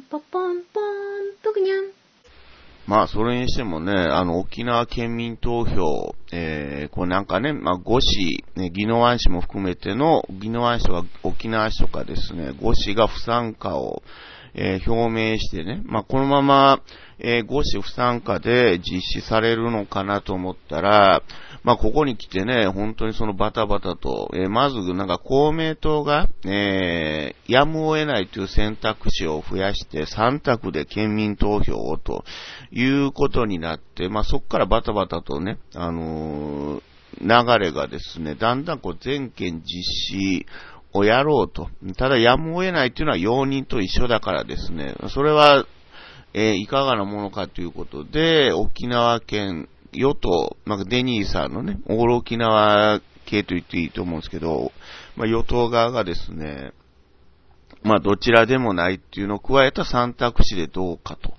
ポポンポン、ぷくにゃん。 まあ、それにしてもね、沖縄県民投票、これなんかね、まあ、5市、ね、宜野湾市も含めての、宜野湾市とか沖縄市とかですね、5市が不参加を、表明してね、まあ、このまま、5市不参加で実施されるのかなと思ったら、まあ、ここに来てね、本当にそのバタバタと、まずなんか公明党が、やむを得ないという選択肢を増やして3択で県民投票をということになって、まあ、そこからバタバタとね、流れがですね、だんだんこう全県実施をやろうと。ただやむを得ないというのは容認と一緒だからですね、それは、いかがなものかということで、沖縄県与党、まあ、デニーさんのね、オール沖縄系と言っていいと思うんですけど、まあ、与党側がですね、まあ、どちらでもないっていうのを加えた選択肢でどうかと、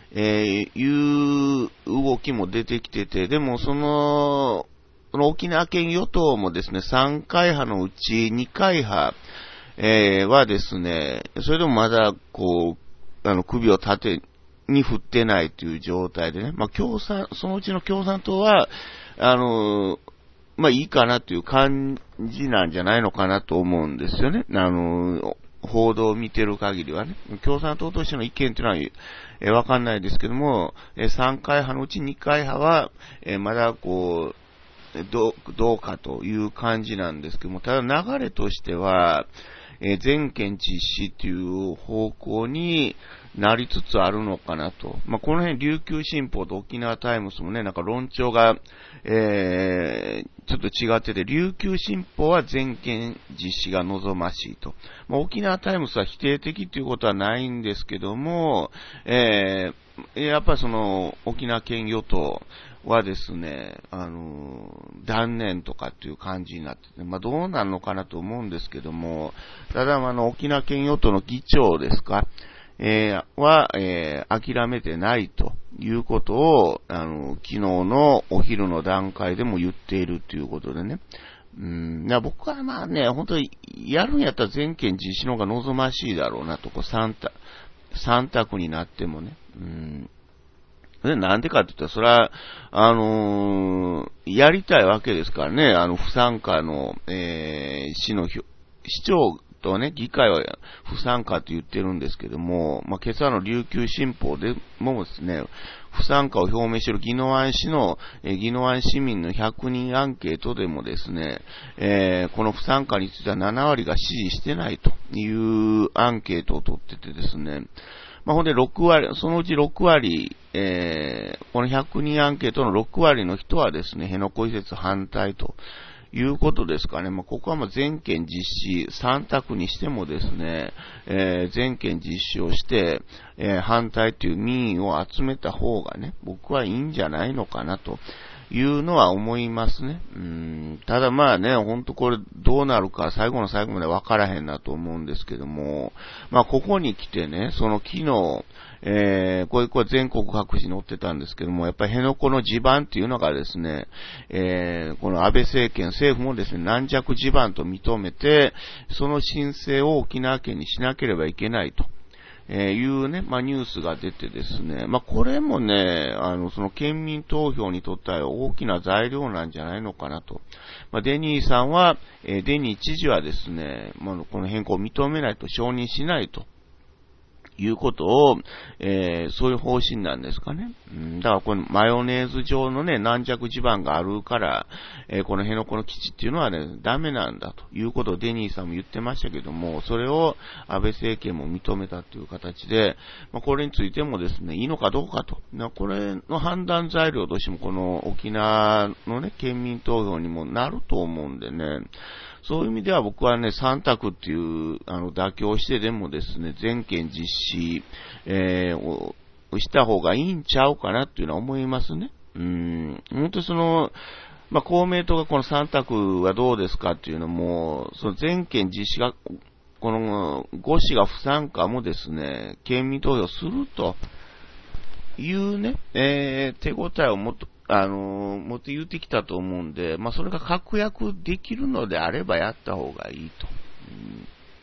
いう動きも出てきてて、でもその沖縄県与党もですね、3会派のうち2会派、はですね、それでもまだこう、首を縦に振ってないという状態でね、まあ、そのうちの共産党は、まあ、いいかなという感じなんじゃないのかなと思うんですよね。報道を見てる限りはね、共産党としての意見というのは、わかんないですけども、3会派のうち2会派は、まだこう、どうかという感じなんですけども、ただ流れとしては、全県実施という方向になりつつあるのかなと。まあ、この辺、琉球新報と沖縄タイムスもね、なんか論調が、ちょっと違ってて、琉球新報は全県実施が望ましいと。まあ、沖縄タイムスは否定的ということはないんですけども、やっぱりその沖縄県与党はですね、断念とかっていう感じになってて、まあどうなるのかなと思うんですけども、ただ沖縄県与党の議長ですか、は、諦めてないということを、昨日のお昼の段階でも言っているということでね。僕はまあね、本当にやるんやったら全県実施の方が望ましいだろうなと、3択になってもね。で、なんでかって言ったら、それは、やりたいわけですからね、不参加の、市長とね、議会は不参加と言ってるんですけども、まあ、今朝の琉球新報でもですね、不参加を表明している宜野湾市の、宜野湾市民の100人アンケートでもですね、この不参加については7割が支持してないというアンケートを取っててですね、まあ、ほんで6割、そのうち6割、この100人アンケートの6割の人はですね、辺野古移設反対ということですかね。まあ、ここは全県実施、3択にしてもですね、全県実施をして、反対という民意を集めた方がね、僕はいいんじゃないのかなというのは思いますね。ただまあね、ほんとこれどうなるか最後の最後まで分からへんなと思うんですけども、まあここに来てね、その昨日、これ全国各地に載ってたんですけども、やっぱり辺野古の地盤っていうのがですね、この安倍政権、政府もですね、軟弱地盤と認めて、その申請を沖縄県にしなければいけないと。いうね、まあ、ニュースが出てですね、まあ、これもね、その県民投票にとっては大きな材料なんじゃないのかなと。まあ、デニーさんは、デニー知事はですね、まあ、この変更を認めないと、承認しないと。いうことを、そういう方針なんですかね。だからこのマヨネーズ状のね、軟弱地盤があるから、この辺のこの基地っていうのはね、ダメなんだということをデニーさんも言ってましたけども、それを安倍政権も認めたという形で、まあ、これについてもですね、いいのかどうかと。これの判断材料としてもこの沖縄のね、県民投票にもなると思うんでね、そういう意味では僕はね、3択っていう、妥協してでもですね、全県実施、をした方がいいんちゃうかなっていうのは思いますね。本当まあ、公明党がこの3択はどうですかっていうのも、その全県実施が、この5市が不参加もですね、県民投票するというね、手応えを持って言ってきたと思うんで、まあ、それが確約できるのであればやった方がいいと。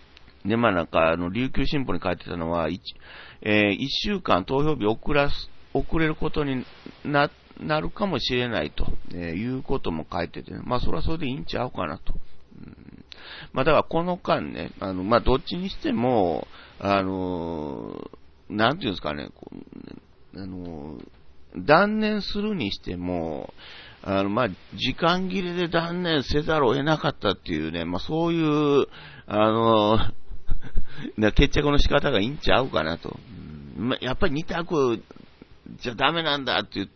で、まあなんか、琉球新報に書いてたのは、一週間投票日遅れることになるかもしれないと、いうことも書いてて、ね、まあそれはそれでいいんちゃうかなと。まあだからこの間ね、まあどっちにしても、なんていうんですかね、断念するにしても、まあ、時間切れで断念せざるを得なかったっていうね、まあそういう、決着の仕方がいいんちゃうかなと。まあ、やっぱり2択じゃダメなんだって言って、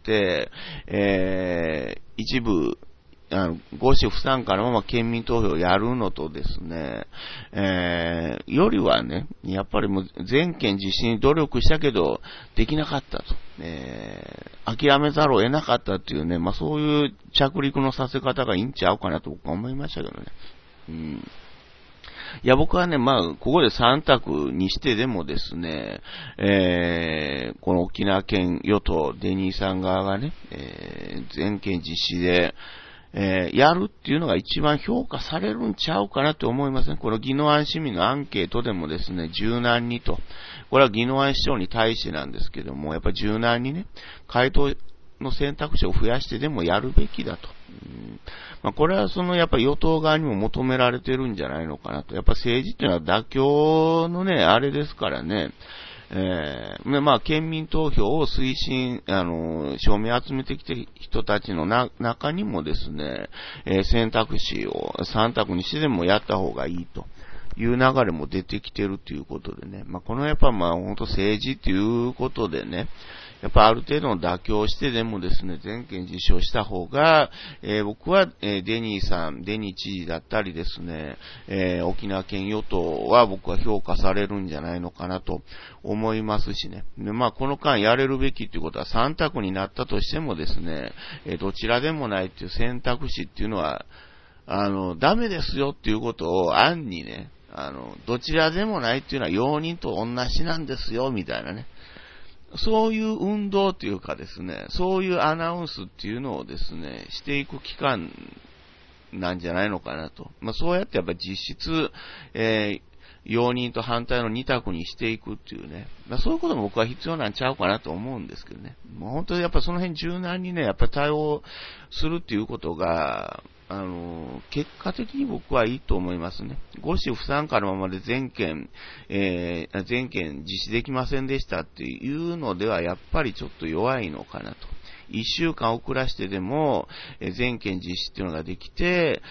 一部、五市不参加のまま県民投票をやるのとですね、よりはね、やっぱりもう全県実施に努力したけど、できなかったと。諦めざるを得なかったっていうね、まあそういう着陸のさせ方がいいんちゃうかなと僕は思いましたけどね。いや、僕はね、まあ、ここで3択にしてでもですね、この沖縄県与党、デニーさん側がね、全県実施で、やるっていうのが一番評価されるんちゃうかなと思いますね。この宜野湾市民のアンケートでもですね、柔軟にと。これは宜野湾市長に対してなんですけども、やっぱり柔軟にね、回答の選択肢を増やしてでもやるべきだと。まあ、これはやっぱり与党側にも求められてるんじゃないのかなと。やっぱ政治っていうのは妥協のね、あれですからね。まあ、県民投票を推進、署名集めてきてる人たちの中にもですね、選択肢を3択にしてでもやった方がいいという流れも出てきてるということでね。まあ、このやっぱまあ、本当政治ということでね、やっぱある程度の妥協してでもですね、全県実施をした方が、僕は、デニー知事だったりですね、沖縄県与党は僕は評価されるんじゃないのかなと思いますしね。で、まあこの間やれるべきっていうことは3択になったとしてもですね、どちらでもないっていう選択肢っていうのは、ダメですよっていうことを暗にね、どちらでもないっていうのは容認と同じなんですよ、みたいなね。そういう運動というかですね、そういうアナウンスっていうのをですね、していく期間なんじゃないのかなと。まあそうやってやっぱり実質、容認と反対の2択にしていくっていうね。まあそういうことも僕は必要なんちゃうかなと思うんですけどね。もう本当にやっぱその辺柔軟にね、やっぱり対応するっていうことが、結果的に僕はいいと思いますね。五市不参加のままで全県実施できませんでしたっていうのではやっぱりちょっと弱いのかなと。1週間遅らしてでも、全県実施っていうのができて、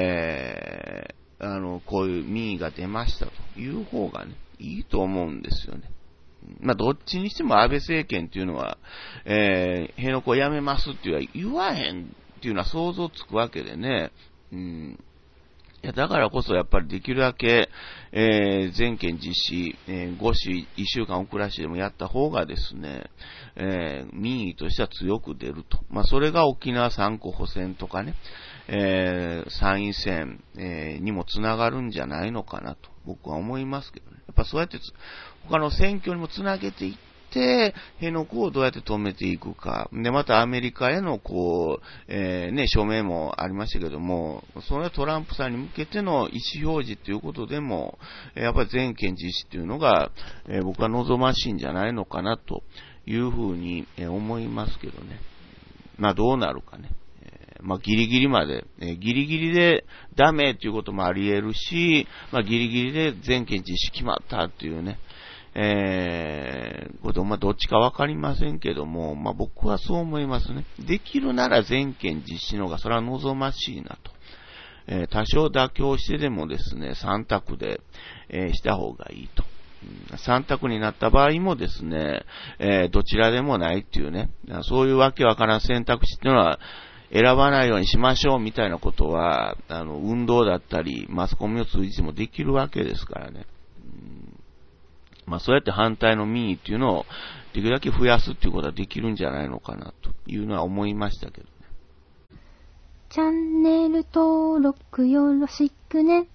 こういう民意が出ましたという方がね、いいと思うんですよね。まあ、どっちにしても安倍政権っていうのは、辺野古やめますって言わへんっていうのは想像つくわけでね。いや、だからこそやっぱりできるだけ、全県実施、5市1週間遅らしてでもやった方がですね、民意としては強く出ると。まあ、それが沖縄3区補選とかね、参院選、にもつながるんじゃないのかなと僕は思いますけどね。やっぱそうやって他の選挙にもつなげていって、辺野古をどうやって止めていくか。で、またアメリカへの署名もありましたけども、それはトランプさんに向けての意思表示ということでも、やっぱり全県実施というのが、僕は望ましいんじゃないのかなというふうに思いますけどね。まあどうなるかね。まあギリギリまで、ギリギリでダメということもあり得るし、まあギリギリで全県実施決まったっていうね、まあ、どっちかわかりませんけども、まあ、僕はそう思いますね。できるなら全県実施の方が、それは望ましいなと。多少妥協してでもですね、3択で、した方がいいと。3択になった場合もですね、どちらでもないっていうね、そういうわけわからん選択肢っていうのは、選ばないようにしましょうみたいなことは、運動だったり、マスコミを通じてもできるわけですからね。まあそうやって反対の民意っていうのをできるだけ増やすっていうことはできるんじゃないのかなというのは思いましたけどね。 チャンネル登録よろしくね。